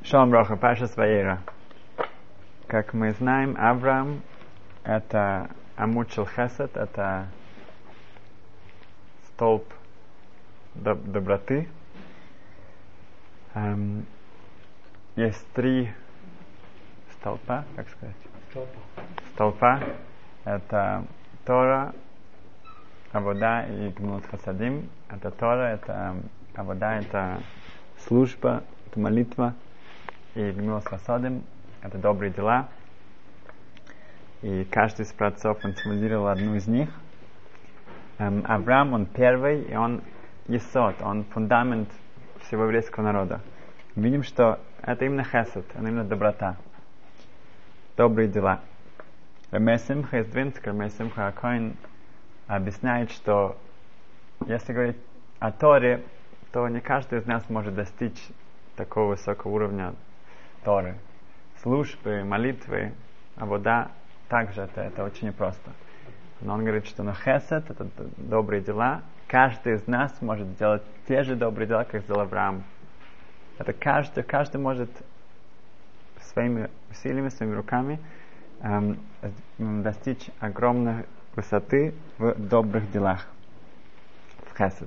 Шалом Броха, Паршас Ваера. Как мы знаем, Авраам — это Амуд Шел Хесед, это столб доброты. Есть три столпа, как сказать? Столпа. Это Тора, Авода и Гмилут Хасадим. Это Тора, это Авода, это служба, это молитва. И Гмилут Хасадим — это добрые дела. И каждый из праотцов, он символизировал одну из них. Авраам, он первый, и он есод, он фундамент всего еврейского народа. Мы видим, что это именно хесед, это именно доброта, добрые дела. Рамей Симха из Двинска, Рамей Симха ха-Коэн объясняет, что если говорить о Торе, то не каждый из нас может достичь такого высокого уровня Торы. Службы, молитвы, авода, также это очень непросто. Но он говорит, что хесед — это добрые дела. Каждый из нас может сделать те же добрые дела, как сделал Авраам. Это каждый может своими усилиями, своими руками достичь огромной высоты в добрых делах, в хесед.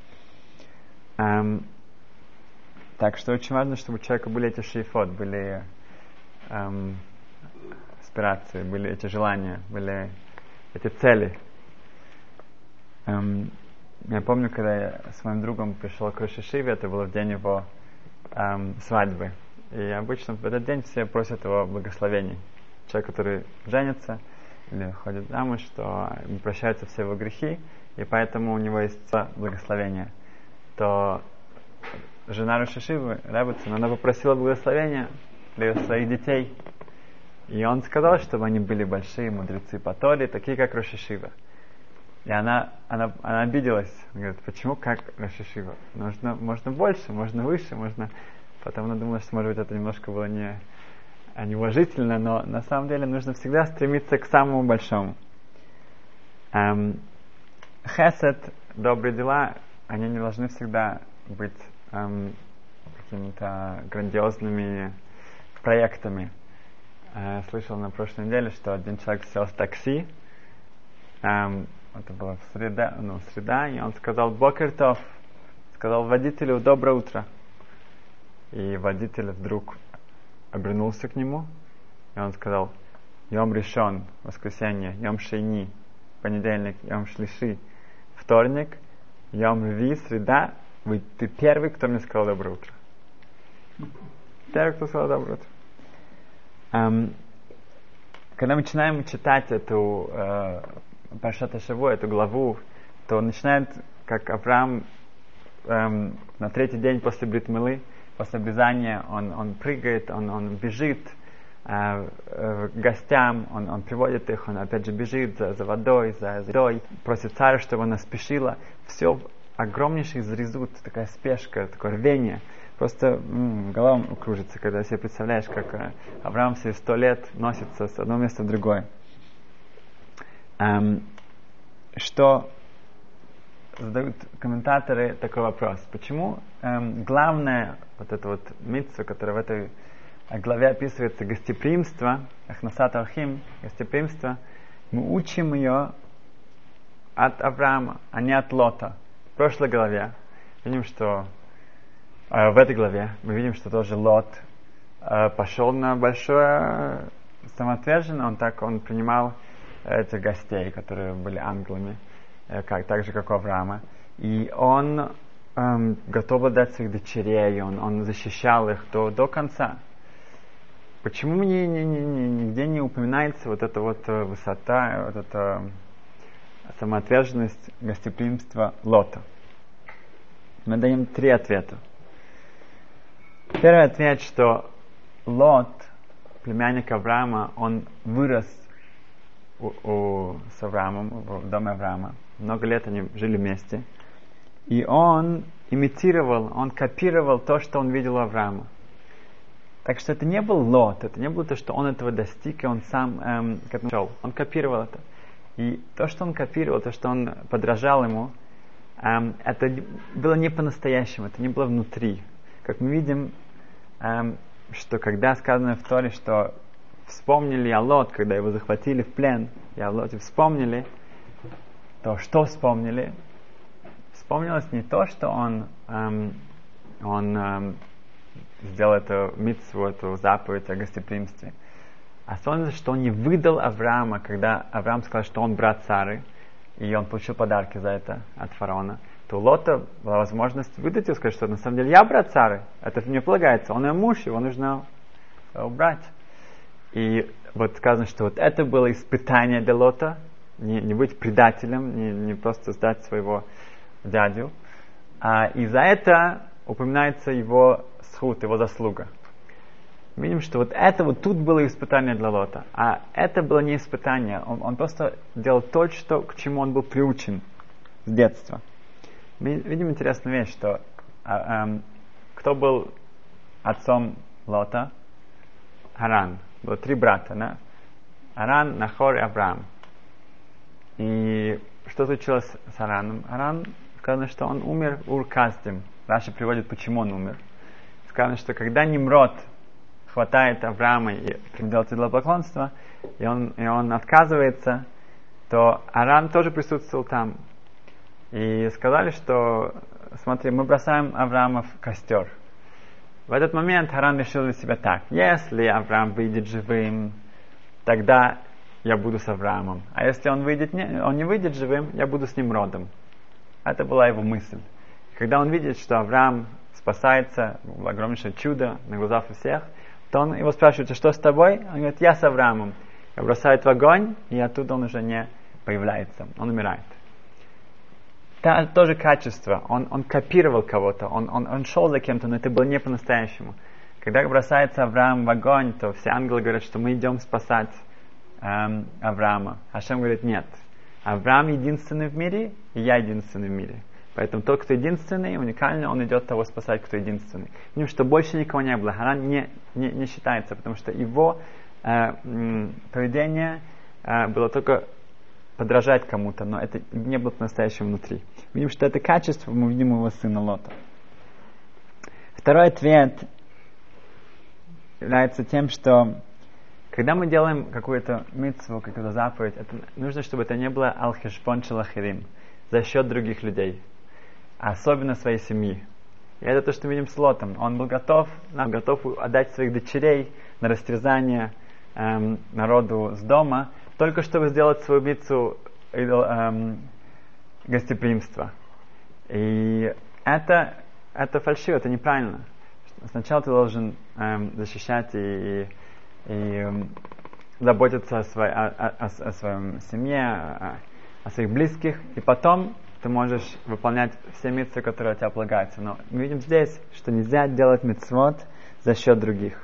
Так что очень важно, чтобы у человека были эти шейфот, были аспирации, были эти желания, были эти цели. Я помню, когда я с моим другом пришел к Рош ха-Йешиве, это было в день его свадьбы. И обычно в этот день все просят его благословений. Человек, который женится или ходит замуж, что прощаются все его грехи, и поэтому у него есть благословение. То жена Рош ха-Йешивы, Реббецин, она попросила благословения для своих детей. И он сказал, чтобы они были большие мудрецы по Торе, такие как Рош ха-Йешива. И она обиделась. Она говорит, почему как Рош ха-Йешива? Можно больше, можно выше, можно... Потом она думала, что, может быть, это немножко было неуважительно, но на самом деле нужно всегда стремиться к самому большому. Хесед, добрые дела, они не должны всегда быть какими-то грандиозными проектами. Я слышал на прошлой неделе, что один человек сел в такси, это было среда, и он сказал «Бокер тов», сказал водителю «Доброе утро». И водитель вдруг обернулся к нему, и он сказал «Йом Ришон», воскресенье, «Йом Шейни», понедельник, «Йом Шлиши», вторник, «Йом Рви», среда, ты первый, кто мне сказал «Доброе утро». Первый, кто сказал «Доброе утро». Когда мы начинаем читать эту Паршат ха-Шавуа, эту главу, то начинает, как Авраам на третий день после брит милы, после обрезания, он прыгает, он бежит к гостям, он приводит их, он опять же бежит за водой, за едой, просит царя, чтобы она спешила. Все огромнейший зрезут, такая спешка, такое рвение. Просто голова кружится, когда себе представляешь, как Авраам все 100 лет носится с одного места в другое. Что задают комментаторы такой вопрос. Почему главное вот это вот митцва, которая в этой главе описывается, гостеприимство, ахнасат орхим, гостеприимство, мы учим ее от Авраама, а не от Лота. В прошлой главе видим, что в этой главе мы видим, что тоже Лот пошел на большое самоотверженно, он принимал этих гостей, которые были ангелами, так же, как у Авраама. И он готов был дать своих дочерей, он защищал их до конца. Почему нигде не упоминается вот эта вот высота, вот эта самоотверженность, гостеприимства Лота? Мы даем 3 ответа. Первый ответ, что Лот, племянник Авраама, он вырос с Авраамом, в доме Авраама. Много лет они жили вместе. И он имитировал, он копировал то, что он видел у Авраама. Так что это не был Лот, это не было то, что он этого достиг, и он сам к этому шел. Он копировал это. И то, что он копировал, то, что он подражал ему, это было не по-настоящему, это не было внутри. Как мы видим, что когда сказано в Торе, что вспомнили о Лот, когда его захватили в плен, и о Лоте вспомнили, то что вспомнили? Вспомнилось не то, что он сделал эту мицву, эту заповедь о гостеприимстве, а вспомнилось, что он не выдал Авраама, когда Авраам сказал, что он брат Сары, и он получил подарки за это от фараона, то у Лота была возможность выдать и сказать, что на самом деле я брат Сары, это мне полагается, он ее муж, его нужно убрать. И вот сказано, что вот это было испытание для Лота, не быть предателем, не просто сдать своего дядю. И за это упоминается его схуд, его заслуга. Видим, что вот это вот тут было испытание для Лота, а это было не испытание. Он просто делал то, к чему он был приучен с детства. Мы видим интересную вещь, что кто был отцом Лота? Харан. Было 3 брата, да? Харан, Нахор и Авраам. И что случилось с Хараном? Харан, сказано, что он умер Ур-Каздим. Раши приводит, почему он умер. Сказано, что когда Нимрод хватает Авраама и делает идолопоклонство, и он отказывается, то Харан тоже присутствовал там. И сказали, что, смотри, мы бросаем Авраама в костер. В этот момент Харан решил для себя так: если Авраам выйдет живым, тогда я буду с Авраамом. А если он не выйдет живым, я буду с Нимродом. Это была его мысль. Когда он видит, что Авраам спасается, огромнейшее чудо на глазах у всех, то он его спрашивает: а что с тобой? Он говорит: я с Авраамом. Я бросают в огонь, и оттуда он уже не появляется, он умирает. Тоже качество. Он копировал кого-то, он шел за кем-то, но это было не по-настоящему. Когда бросается Авраам в огонь, то все ангелы говорят, что мы идем спасать Авраама. Ашем говорит: нет. Авраам единственный в мире, и я единственный в мире. Поэтому тот, кто единственный, уникальный, он идет того спасать, кто единственный. Потому что больше никого не было. Харан не считается, потому что его поведение было только подражать кому-то, но это не было по-настоящему внутри. Видим, что это качество, мы видим его сына Лота. Второй ответ является тем, что когда мы делаем какую-то мицву, какую-то заповедь, это нужно, чтобы это не было ал-хешбон шел ахирим, за счет других людей, а особенно своей семьи. И это то, что мы видим с Лотом. Он был готов отдать своих дочерей на растерзание народу с дома, только чтобы сделать свою мицву гостеприимства. И это фальшиво, это неправильно. Сначала ты должен защищать и заботиться о своем семье, о своих близких, и потом ты можешь выполнять все мицвы, которые у тебя полагаются. Но мы видим здесь, что нельзя делать мицвот за счет других.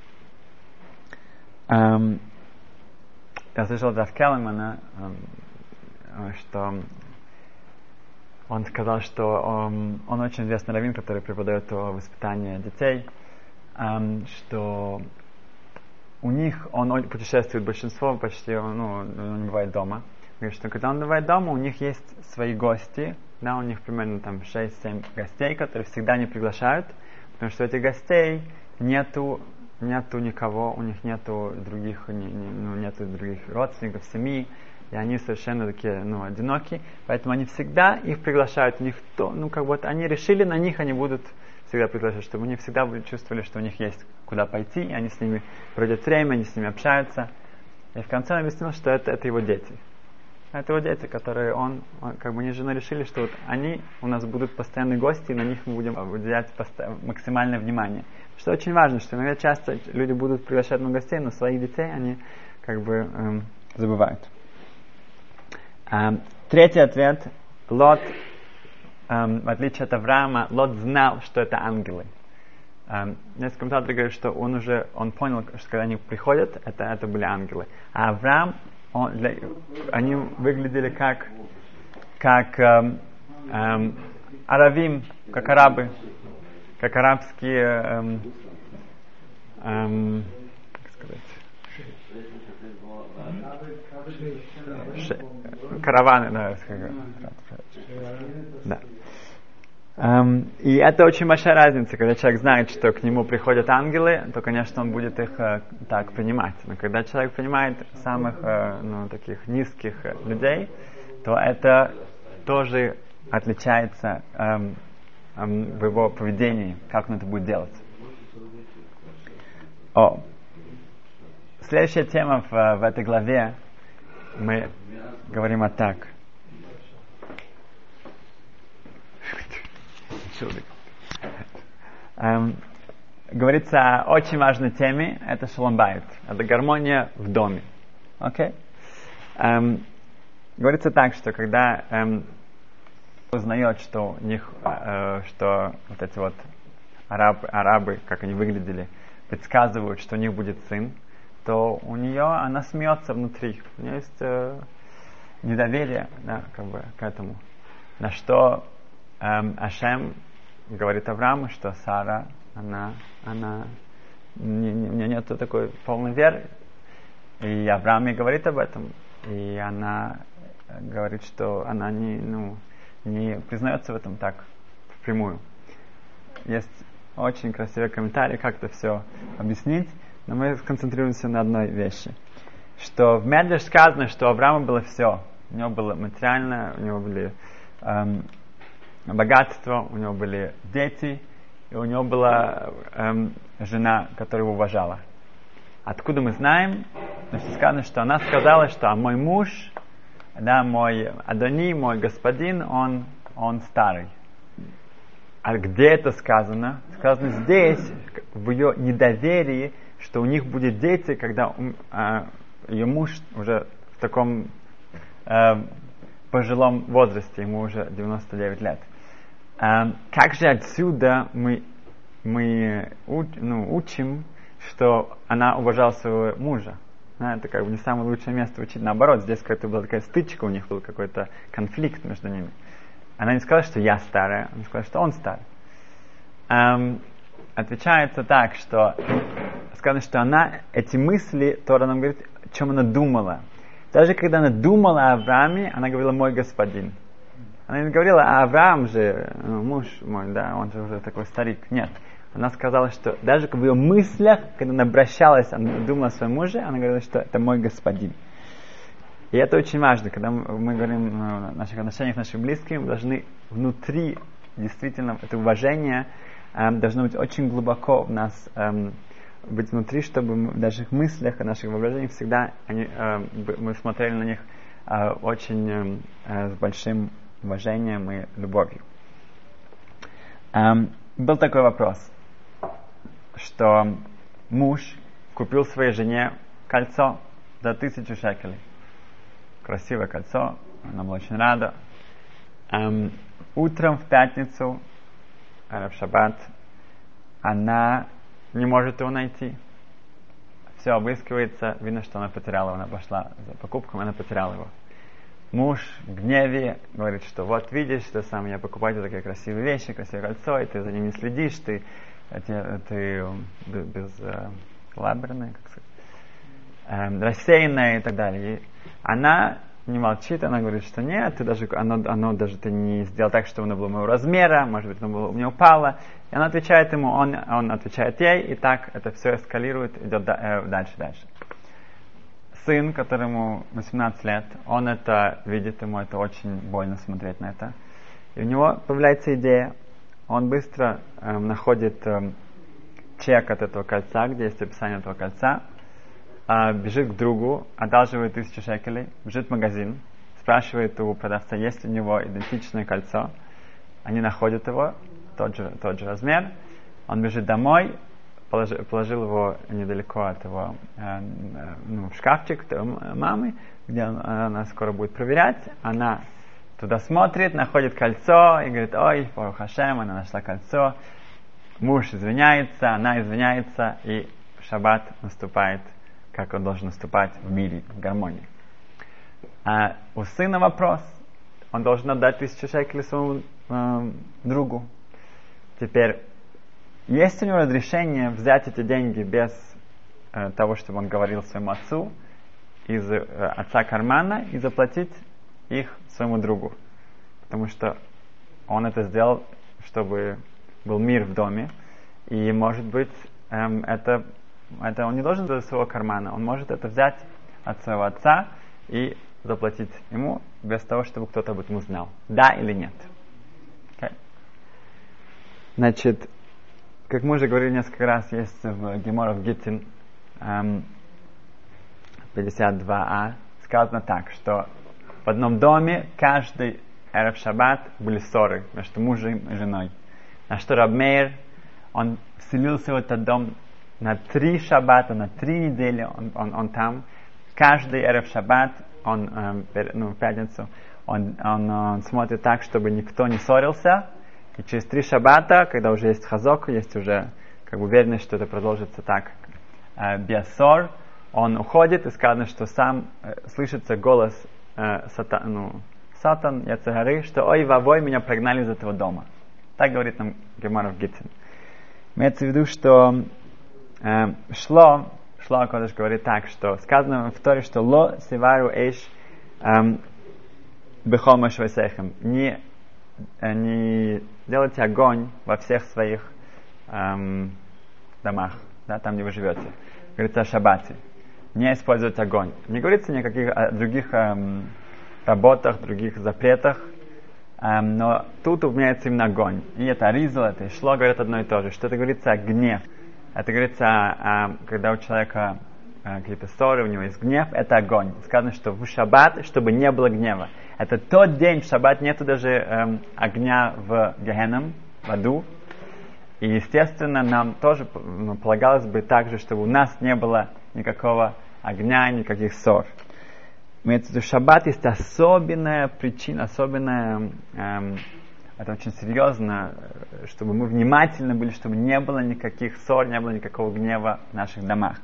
Я слышал от Рав Келлмана, что он сказал, что он очень известный раввин, который преподает воспитание детей, что у них он путешествует, большинство почти не бывает дома. Говорит, что когда он бывает дома, у них есть свои гости, да, у них примерно там 6-7 гостей, которые всегда не приглашают, потому что у этих гостей нету никого, у них нету других родственников, семьи, и они совершенно такие, одиноки, поэтому они всегда их приглашают, у них они решили, на них они будут всегда приглашать, чтобы они всегда чувствовали, что у них есть куда пойти, и они с ними проводят время, они с ними общаются. И в конце он объяснил, что это его дети. Это его дети, которые они с женой решили, что вот они у нас будут постоянные гости, и на них мы будем уделять максимальное внимание. Что очень важно, что иногда часто люди будут приглашать много гостей, но своих детей они забывают. Третий ответ. Лот, в отличие от Авраама, Лот знал, что это ангелы. Несколько комментаторов говорят, что он понял, что когда они приходят, это были ангелы. А Авраам, они выглядели как аравим, как арабы, как арабские караваны, да. И это очень большая разница, когда человек знает, что к нему приходят ангелы, то, конечно, он будет их так принимать. Но когда человек принимает самых таких низких людей, то это тоже отличается в его поведении, как он это будет делать. Следующая тема в этой главе, мы говорим так. Говорится о очень важной теме, это шалом байт, это гармония в доме. Окей? Говорится так, что когда узнает, что у них, что вот эти вот арабы, как они выглядели, предсказывают, что у них будет сын, то у нее, она смеется внутри. У нее есть недоверие, да, к этому. На что Ашем говорит Аврааму, что Сара, у нее нет такой полной веры. И Авраам ей говорит об этом. И она говорит, что она не признается в этом так впрямую. Есть очень красивый комментарий, как это все объяснить, но мы сконцентрируемся на одной вещи. Что в Медреш сказано, что у Авраама было все. У него было материальное, у него были богатство, у него были дети, и у него была жена, которая его уважала. Откуда мы знаем? Значит, сказано, что она сказала, что мой муж, да, мой Адони, мой господин, он старый. А где это сказано? Сказано здесь, в ее недоверии, что у них будет дети, когда ее муж уже в таком пожилом возрасте, ему уже 99 лет. Как же отсюда мы учим, что она уважала своего мужа? Это как бы не самое лучшее место учить. Наоборот, здесь какая-то была такая стычка, у них был какой-то конфликт между ними. Она не сказала, что я старая, она сказала, что он старый. Отвечается так, что сказано, что она, эти мысли, Тора нам говорит, о чем она думала. Даже когда она думала о Аврааме, она говорила «мой господин». Она не говорила, а Авраам же, муж мой, да, он же уже такой старик. Нет. Она сказала, что даже в ее мыслях, когда она обращалась, она думала о своем муже, она говорила, что это мой господин. И это очень важно, когда мы говорим о наших отношениях с нашими близкими, мы должны внутри, действительно, это уважение должно быть очень глубоко в нас, быть внутри, чтобы мы в наших мыслях, в наших воображениях всегда мы смотрели на них очень с большим уважением и любовью. Был такой вопрос, что муж купил своей жене кольцо за 1000 шекелей. Красивое кольцо, она была очень рада. Утром в пятницу, в шаббат, она не может его найти. Все обыскивается, видно, что она потеряла его. Она пошла за покупками, она потеряла его. Муж в гневе говорит, что вот видишь, что сам я покупаю такие красивые вещи, красивое кольцо, и ты за ним не следишь, ты безлаберная, как сказать, рассеянная и так далее. И она не молчит, она говорит, что нет, оно даже ты не сделал так, чтобы оно было моего размера, может быть, оно было, у меня упало. И она отвечает ему, он отвечает ей, и так это все эскалирует, идет дальше. Сын, которому 18 лет, он это видит, ему это очень больно смотреть на это. И у него появляется идея, он быстро находит чек от этого кольца, где есть описание этого кольца, бежит к другу, одалживает 1000 шекелей, бежит в магазин, спрашивает у продавца, есть у него идентичное кольцо. Они находят его, тот же размер. Он бежит домой, положил его недалеко от его в шкафчик мамы, где она скоро будет проверять. Она туда смотрит, находит кольцо и говорит, ой, Барух Хашем, она нашла кольцо. Муж извиняется, она извиняется, и шаббат наступает, как он должен наступать в мире, в гармонии. А у сына вопрос. Он должен отдать 1000 шекелей своему другу. Теперь, есть у него разрешение взять эти деньги без того, чтобы он говорил своему отцу, из отца кармана, и заплатить их своему другу. Потому что он это сделал чтобы был мир в доме. И, может быть, это он не должен из своего кармана. Он может это взять от своего отца и заплатить ему без того, чтобы кто-то об этом узнал. Да или нет? Okay. Значит, как мы уже говорили несколько раз, есть в Гемора в Гитин 52а сказано так, что в одном доме каждый эрев шаббат были ссоры между мужем и женой. На что Рав Меир, он вселился в этот дом на 3 шаббата, на 3 недели он там. Каждый эрев шаббат, в пятницу, он смотрит так, чтобы никто не ссорился. И через 3 шаббата, когда уже есть хазок, есть уже уверенность, что это продолжится так, без ссор, он уходит, и сказано, что сам слышится голос Сатан, Яцегары, что «Ой, вовой, меня прогнали из этого дома». Так говорит нам Гемара в Гитин. Имеется в виду, что Шло Кодеш говорит так, что сказано в Торе, что «Ло севару эйш бехол машвайсехем». Не делайте огонь во всех своих домах, да, там, где вы живете. Говорится о шаббате. Не использовать огонь. Не говорится ни о каких других работах, других запретах, но тут упоминается именно огонь. И это Аризал, это Шло говорят одно и то же. Что это говорится о гнев. Это говорится, когда у человека какие-то ссоры, у него есть гнев, это огонь. Сказано, что в шаббат, чтобы не было гнева. Это тот день, в шаббат нету даже огня в Гехенном, в аду. И, естественно, нам тоже полагалось бы так же, чтобы у нас не было никакого огня, никаких ссор. Имеется в виду, шаббат есть особенная причина, это очень серьезно, чтобы мы внимательны были, чтобы не было никаких ссор, не было никакого гнева в наших домах.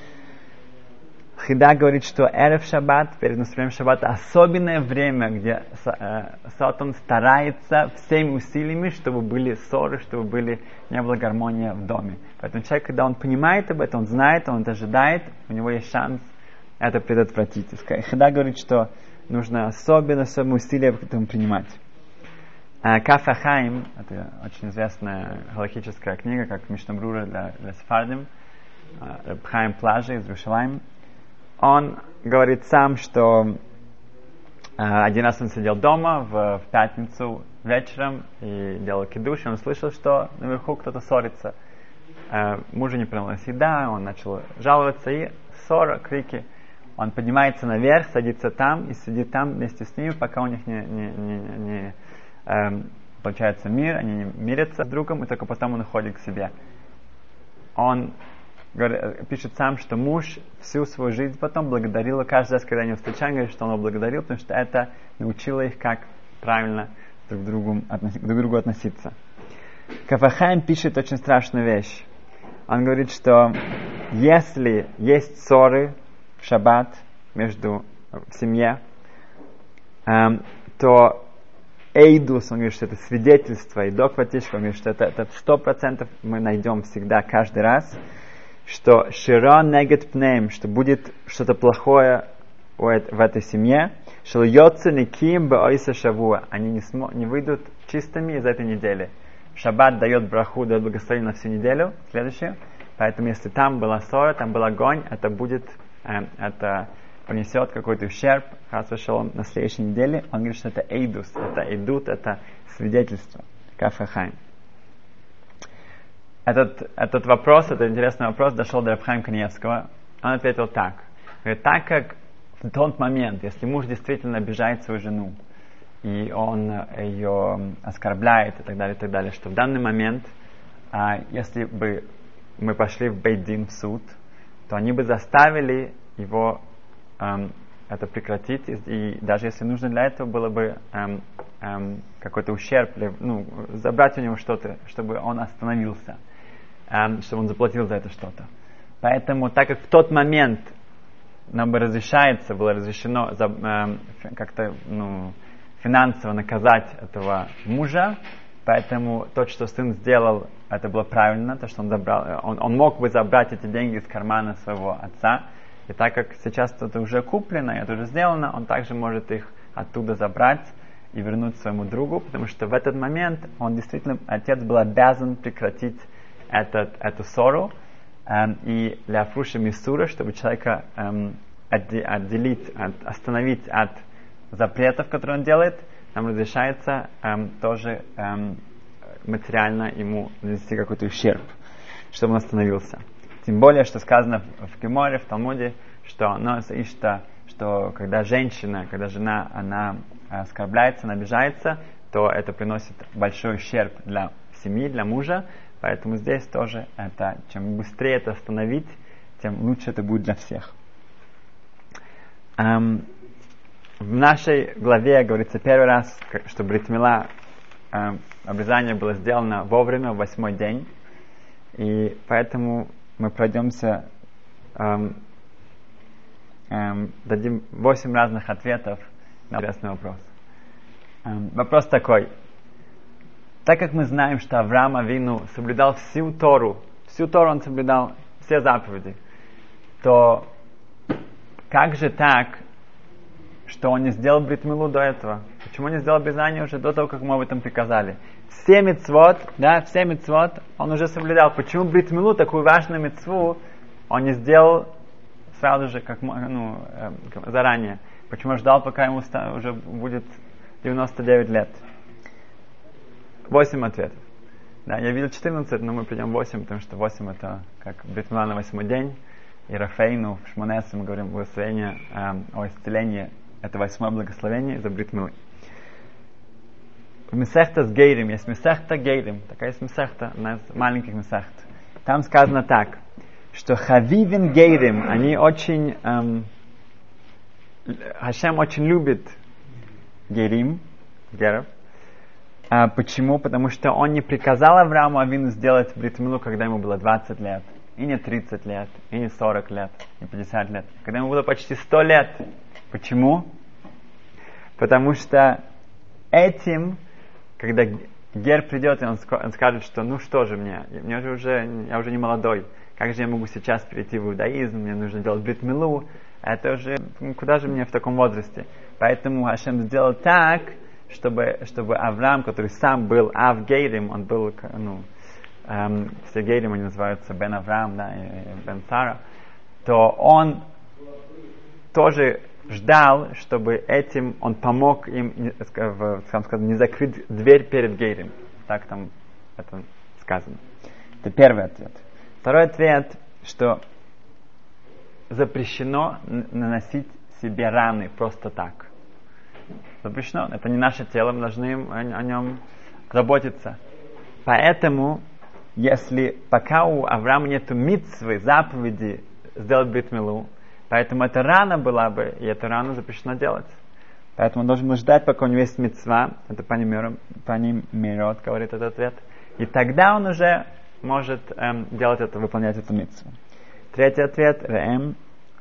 Хида говорит, что эрев шаббат, перед наступлением шаббата, особенное время, где Сатан старается всеми усилиями, чтобы были ссоры, чтобы не было гармония в доме. Поэтому человек, когда он понимает об этом, он знает, он это ожидает, у него есть шанс это предотвратить. Хида говорит, что нужно особенно усилия к этому принимать. Каф ха-Хаим, это очень известная галахическая книга, как Мишна Брура для сефардим, Реб Хаим Плажи из Иерусалима. Он говорит сам, что один раз он сидел дома в пятницу вечером и делал кидуш, и он слышал, что наверху кто-то ссорится. Мужу не принялась еда, он начал жаловаться, и ссора, крики. Он поднимается наверх, садится там и сидит там вместе с ними, пока у них не получается мир, они не мирятся с другом, и только потом он уходит к себе. Он пишет сам, что муж всю свою жизнь потом благодарил, каждый раз, когда они встречались, говорит, что он его благодарил, потому что это научило их, как правильно друг к другу относиться. Каф ха-Хаим пишет очень страшную вещь. Он говорит, что если есть ссоры в шаббат в семье, то эйдус, он говорит, что это свидетельство, и докватишка, он говорит, что это 100% мы найдем всегда, каждый раз, что шира негет пнеем, что будет что-то плохое в этой семье, что йоцу никим баойса шавуа, они не выйдут чистыми из этой недели. Шаббат дает браху, дает благословение на всю неделю, следующую, поэтому если там была ссора, там был огонь, это понесет какой-то ущерб, хас вешалом, на следующей неделе. Он говорит, что это эйдус, это эйдут, это свидетельство. Каф ха-Хаим. Этот вопрос, этот интересный вопрос дошел до Рав Хаима Каневского. Он ответил так. Говорит, так как в тот момент, если муж действительно обижает свою жену, и он ее оскорбляет и так далее, что в данный момент, если бы мы пошли в бейт-дин, в суд, то они бы заставили его это прекратить, и даже если нужно для этого было бы какой-то ущерб, забрать у него что-то, чтобы он остановился, чтобы он заплатил за это что-то. Поэтому, так как в тот момент нам было разрешено как-то финансово наказать этого мужа, поэтому то, что сын сделал, это было правильно, то, что он забрал, он мог бы забрать эти деньги из кармана своего отца. И так как сейчас это уже куплено, это уже сделано, он также может их оттуда забрать и вернуть своему другу, потому что в этот момент он действительно, отец был обязан прекратить эту ссору, и для Фруша Мисура, чтобы человека остановить от запретов, которые он делает, нам разрешается тоже материально ему нанести какой-то ущерб, чтобы он остановился. Тем более, что сказано в Геморе, в Талмуде, что когда жена, она оскорбляется, она обижается, то это приносит большой ущерб для семьи, для мужа. Поэтому здесь тоже чем быстрее это остановить, тем лучше это будет для всех. В нашей главе говорится первый раз, что брит мила, обрезание было сделано вовремя, в 8-й день. И поэтому мы пройдемся, дадим 8 разных ответов на интересный вопрос. Вопрос такой. Так как мы знаем, что Авраам Авину соблюдал всю Тору он соблюдал, все заповеди, то как же так, что он не сделал брит милу до этого? Почему он не сделал обрезание уже до того, как мы об этом приказали? Все мицвот он уже соблюдал. Почему брит милу, такую важную мицву, он не сделал сразу же, заранее? Почему ждал, пока ему уже будет 99 лет? 8 ответов. Да, я видел 14, но мы придем 8, потому что 8 это как брит мила на 8-й день. И Рафейну в Шмонесе мы говорим благословение о исцелении. Это 8-е благословение за брит милы. В Месехта с Гейрим есть Месехта Гейрим. Такая есть Месехта, одна из маленьких Месехт. Там сказано так, что Хавивин Гейрим, они очень... Хашем очень любит Гейрим, Геров. Почему? Потому что он не приказал Аврааму Авину сделать брит милу, когда ему было 20 лет. И не 30 лет, и не 40 лет, и 50 лет. Когда ему было почти 100 лет. Почему? Потому что этим, когда Гер придет, и он скажет, что что же я уже не молодой, как же я могу сейчас перейти в иудаизм, мне нужно делать брит милу, это уже, куда же мне в таком возрасте? Поэтому Хашем сделал так, чтобы Авраам, который сам был Ав-Гейрим, он был, все Гейрим, они называются Бен Авраам, да, и Бен Сара, то он тоже ждал, чтобы этим он помог им, не закрыть дверь перед Гейрим. Так там это сказано. Это первый ответ. Второй ответ, что запрещено наносить себе раны просто так. Запрещено. Это не наше тело, мы должны о нем заботиться. Поэтому, если пока у Авраама нету мицвы, заповеди сделать брит милу, поэтому эта рана была бы, и эту рану запрещено делать. Поэтому он должен был ждать, пока у него есть мицва, это паним мирот, говорит этот ответ, и тогда он уже может делать это, выполнять эту мицву. Третий ответ, Рэм,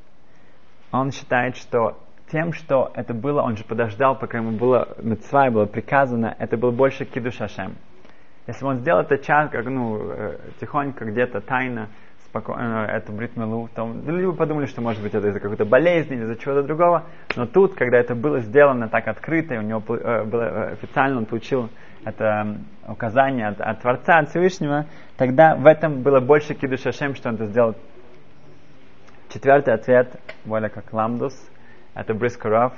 он считает, что тем, что это было, он же подождал, пока ему было мицва и было приказано, это был больше кидуш Ашем. Если он сделал это тихонько, где-то тайно, спокойно, эту брит милу, то люди подумали, что может быть это из-за какой-то болезни или из-за чего-то другого, но тут, когда это было сделано так открыто, и у него было официально, он получил это указание от Творца, от Всевышнего, тогда в этом было больше кидуш Ашем, что он это сделал. Четвертый ответ, более как ламдус, это Брискоров,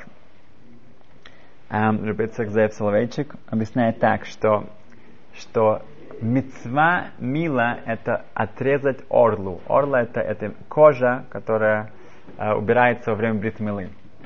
Рабицак Зеев Соловейчик, объясняет так, что мицва мила это отрезать орлу. Орла это кожа, которая убирается во время брит милы.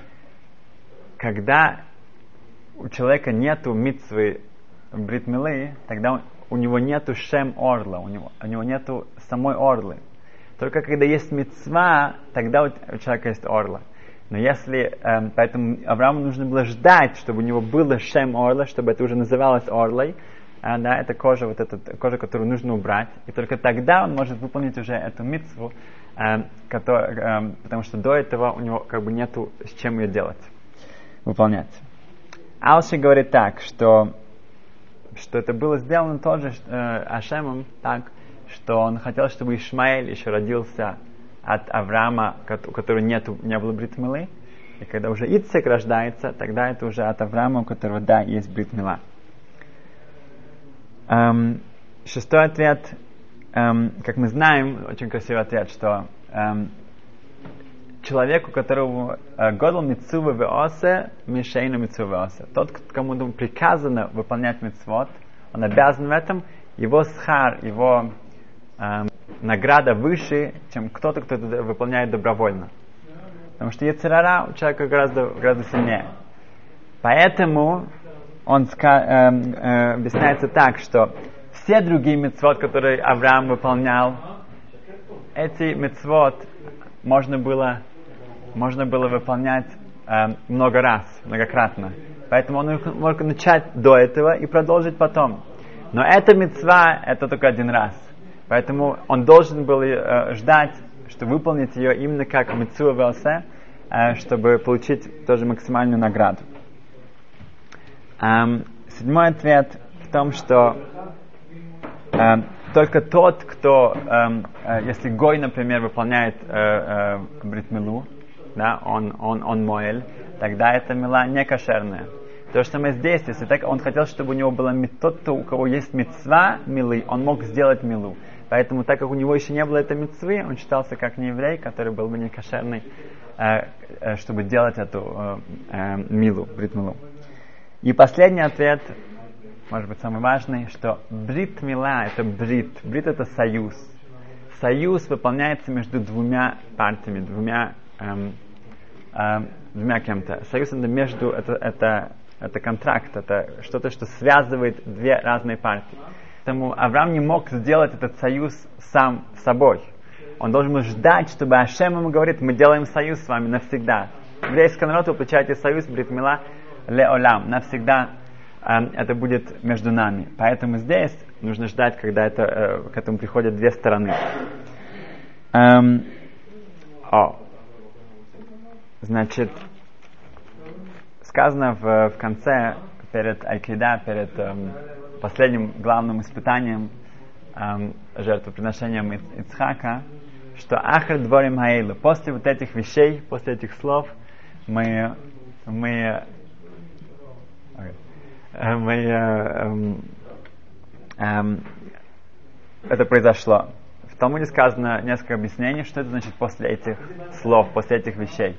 Когда у человека нету мицвы брит милы, тогда у него нету шем орла, у него нету самой орлы. Только когда есть мицва, тогда у человека есть орла. Но поэтому Аврааму нужно было ждать, чтобы у него было шем орла, чтобы это уже называлось орлой. Да, это кожа, кожа, которую нужно убрать. И только тогда он может выполнить уже эту мицву, потому что до этого у него нету с чем ее делать, выполнять. Алши говорит так, что это было сделано тоже Ашемом так, что он хотел, чтобы Ишмаэль еще родился от Авраама, у которого не было брит милы, И когда уже Ицхак рождается, тогда это уже от Авраама, у которого, да, есть брит мила. Шестой ответ. Как мы знаем, очень красивый ответ, что человеку, которому годл митцува веосе, мишейну митцува веосе. Тот, кому приказано выполнять митцвот, он обязан в этом, его схар, его награда выше, чем кто-то, кто это выполняет добровольно. Потому что йецер ара у человека гораздо сильнее. Поэтому он объясняется так, что все другие мицвот, которые Авраам выполнял, эти мицвот можно было выполнять много раз, многократно. Поэтому он мог начать до этого и продолжить потом. Но эта мицва, это только один раз. Поэтому он должен был ждать, чтобы выполнить ее именно как мицва веосе, чтобы получить тоже максимальную награду. Седьмой ответ в том, что только тот, кто, если гой, например, выполняет брит милу, да, он моэль, тогда эта мила не кошерная. То же самое здесь, если так он хотел, чтобы у него было тот, у кого есть мицва милы, он мог сделать милу. Поэтому, так как у него еще не было этой мицвы, он считался как нееврей, который был бы не кошерный, чтобы делать эту милу, брит милу. И последний ответ, может быть, самый важный, что брит мила — это брит. Брит — это союз. Союз выполняется между двумя партиями, двумя кем-то. Союз это контракт, это что-то, что связывает две разные партии. Поэтому Авраам не мог сделать этот союз сам с собой. Он должен был ждать, чтобы Ашем ему говорит: мы делаем союз с вами навсегда. Еврейский народ, вы получаете союз, брит мила леолам, навсегда. Это будет между нами. Поэтому здесь нужно ждать, когда к этому приходят две стороны. Значит, сказано в конце, перед Айкида, перед последним главным испытанием, жертвоприношением Ицхака, что ахар дворим хаэйлу, после вот этих вещей, после этих слов, это произошло. В Талмуде сказано несколько объяснений, что это значит после этих слов, после этих вещей.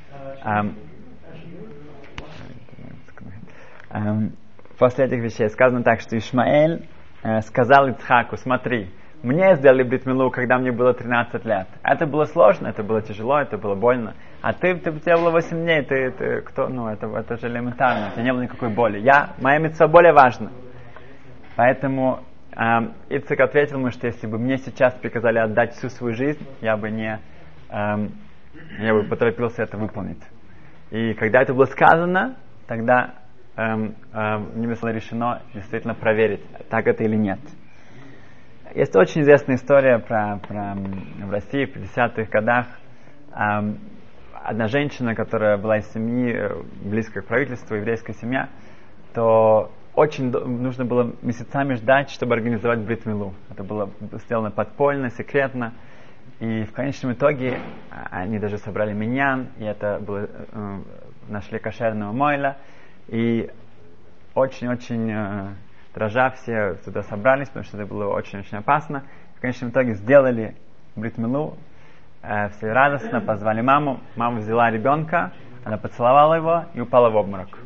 После этих вещей сказано так, что Ишмаэль сказал Ицхаку: смотри, мне сделали брит милу, когда мне было 13 лет. Это было сложно, это было тяжело, это было больно. А тебе было 8 дней, ты кто? Это же элементарно, у тебя не было никакой боли. Моя мицва более важна. Поэтому Ицхак ответил ему, что если бы мне сейчас приказали отдать всю свою жизнь, я бы поторопился это выполнить. И когда это было сказано, тогда мне было решено действительно проверить, так это или нет. Есть очень известная история в России в 50-х годах. Одна женщина, которая была из семьи, близкой к правительству, еврейская семья, то очень нужно было месяцами ждать, чтобы организовать брит милу. Это было сделано подпольно, секретно. И в конечном итоге они даже собрали миньян, и это было, нашли кошерного мойла. И очень-очень дрожа все туда собрались, потому что это было очень-очень опасно. В конечном итоге сделали брит милу, все радостно, позвали маму. Мама взяла ребенка, она поцеловала его и упала в обморок.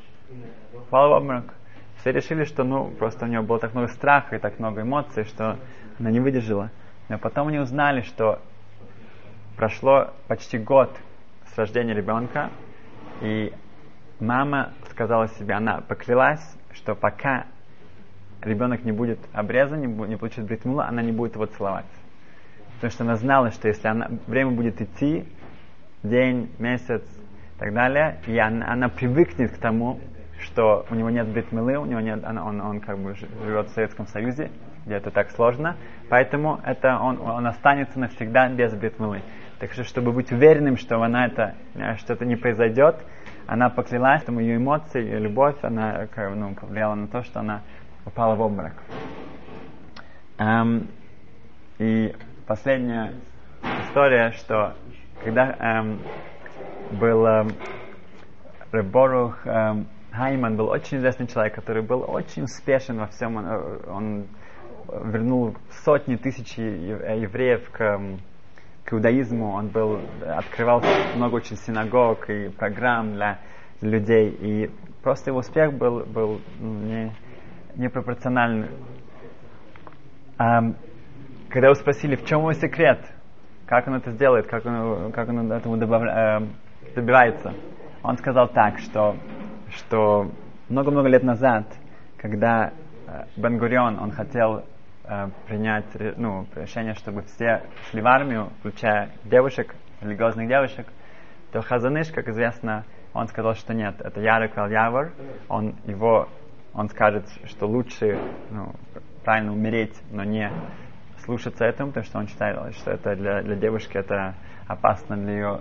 Все решили, что просто у нее было так много страха и так много эмоций, что она не выдержала. Но потом они узнали, что прошло почти год с рождения ребенка, и мама сказала себе, она поклялась, что пока ребенок не будет обрезан, не получит брит милу, она не будет его целовать. Потому что она знала, что если время будет идти, день, месяц и так далее, и она привыкнет к тому, что у него нет брит милы, он как бы живет в Советском Союзе, где это так сложно, поэтому он останется навсегда без брит милы. Так что, чтобы быть уверенным, что что-то не произойдет, она поклялась, что ее эмоции, ее любовь, она повлияла на то, что она упала в обморок. И последняя история, что когда был Реб Борух Хайман, был очень известный человек, который был очень успешен во всем. Он вернул сотни тысяч евреев к иудаизму. Он открывал много очень синагог и программ для людей. И просто его успех был непропорциональный. Когда его спросили, в чем его секрет, как он это делает, как он этому добивается, он сказал так, что много-много лет назад, когда Бен-Гурион, он хотел принять решение, чтобы все шли в армию, включая девушек, религиозных девушек, то Хазон Иш, как известно, он сказал, что нет, это Ярек Валь-Явор, он скажет, что лучше правильно умереть, но не слушаться этому, потому что он считает, что это для девушки это опасно для ее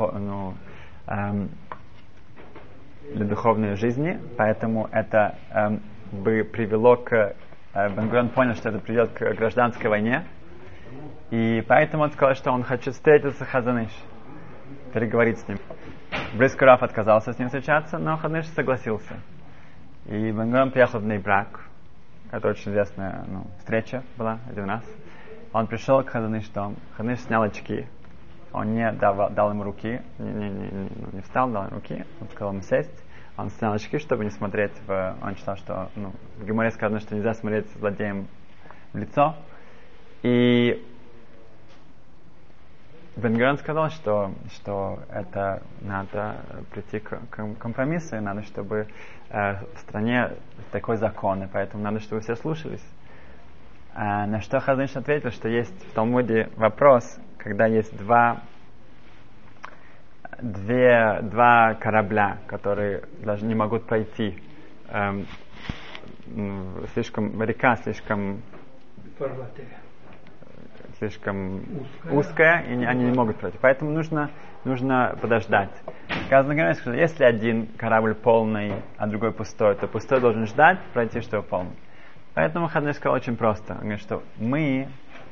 для духовной жизни, поэтому это бы привело к... Бен-Гурион понял, что это приведет к гражданской войне, и поэтому он сказал, что он хочет встретиться с Хазон Иш, переговорить с ним. Бриско Раф отказался с ним встречаться, но Хазон Иш согласился. И Бен-Гурион приехал в Ней-Брак, это очень известная встреча была один раз. Он пришел к Хазон Иш дом, Хазон Иш снял очки, он не дал ему руки, не встал, дал ему руки, он сказал ему сесть, он снял очки, чтобы не смотреть он считал, что в Гемаре сказано, что нельзя смотреть злодеям в лицо. И Бен-Гурион сказал, что это надо прийти к компромиссу, и надо, чтобы в стране такой закон, и поэтому надо, чтобы все слушались. На что Хазон Иш ответил, что есть в Талмуде вопрос, когда есть два корабля, которые даже не могут пройти, река слишком узкая, и они не могут пройти. Поэтому нужно подождать. Сказано, что если один корабль полный, а другой пустой, то пустой должен ждать, пройти, чтобы полный. Поэтому Хазон Иш сказал очень просто. Он говорит, что мы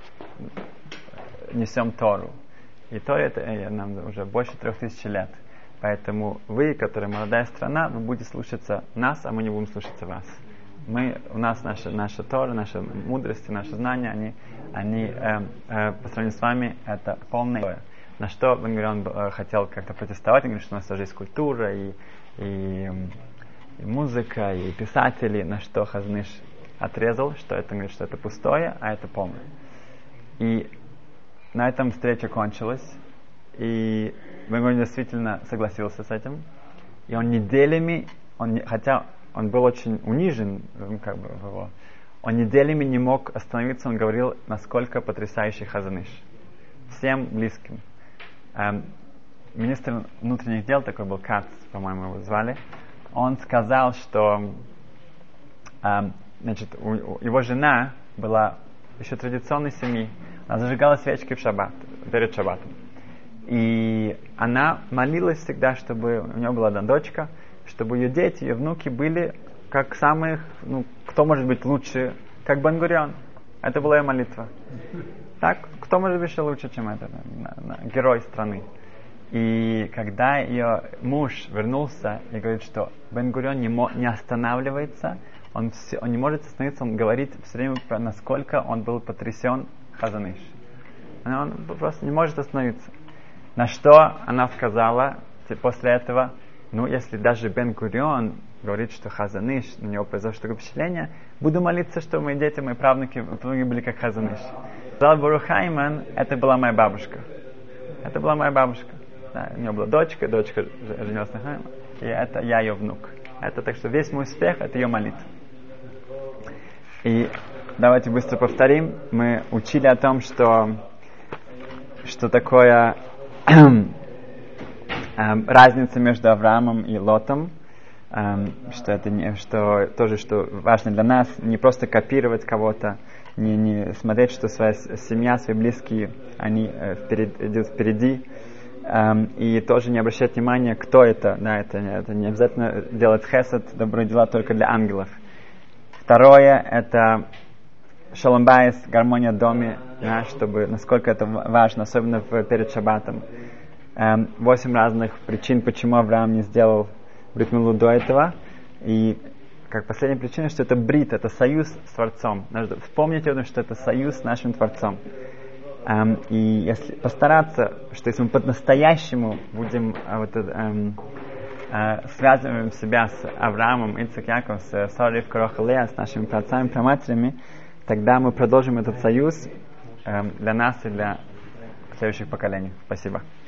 несем Тору. И Тора это нам уже больше 3000 лет. Поэтому вы, которые молодая страна, вы будете слушаться нас, а мы не будем слушаться вас. У нас наша Тора, наша мудрость, наши знания, они по сравнению с вами, это полное. На что Бен-Гурион хотел как-то протестовать, он говорит, что у нас тоже есть культура, и музыка, и писатели, на что Хазон Иш отрезал, что это пустое, а это полное. И на этом встреча кончилась, и Бен-Гурион действительно согласился с этим, и он неделями, хотя он был очень унижен, он неделями не мог остановиться, он говорил, насколько потрясающий Хазон Иш. Всем близким. Министр внутренних дел, такой был Кац, по-моему, его звали, он сказал, что его жена была еще традиционной семьи, она зажигала свечки перед шаббатом. И она молилась всегда, чтобы у нее была одна дочка, чтобы ее дети, ее внуки были как самых, кто может быть лучше, как Бен-Гурион. Это была ее молитва. Так, кто может быть еще лучше, чем это? Герой страны. И когда ее муж вернулся и говорит, что Бен-Гурион не останавливается, он не может остановиться, он говорит все время, насколько он был потрясен Хазон Иш. Он просто не может остановиться. На что она сказала после этого, если даже Бен-Гурион говорит, что Хазон Иш, на него произошло такое впечатление, буду молиться, чтобы мои дети, мои правнуки были как Хазон Иш. Сказал Борух Хайман, это была моя бабушка. Это была моя бабушка. Да, у нее была дочка женилась на Хайман, и это я ее внук. Это так что весь мой успех, это ее молитва. И давайте быстро повторим. Мы учили о том, что такое разница между Авраамом и Лотом, что это что важно для нас, не просто копировать кого-то, не смотреть, что своя семья, свои близкие, они идут впереди, и тоже не обращать внимания, кто это. Да, это не обязательно делать хесед, добрые дела только для ангелов. Второе, это шалом байс, гармония в доме, да, чтобы, насколько это важно, особенно перед шаббатом. 8 разных причин, почему Авраам не сделал брит милу до этого. И как последняя причина, что это брит, это союз с Творцом. Надо вспомнить о том, что это союз с нашим Творцом. И если постараться, что если мы по-настоящему будем связываем себя с Авраамом, Ицхак, Яков, с Сарой, Ривкой, Леа, с нашими праотцами, праматерями, тогда мы продолжим этот союз для нас и для следующих поколений. Спасибо.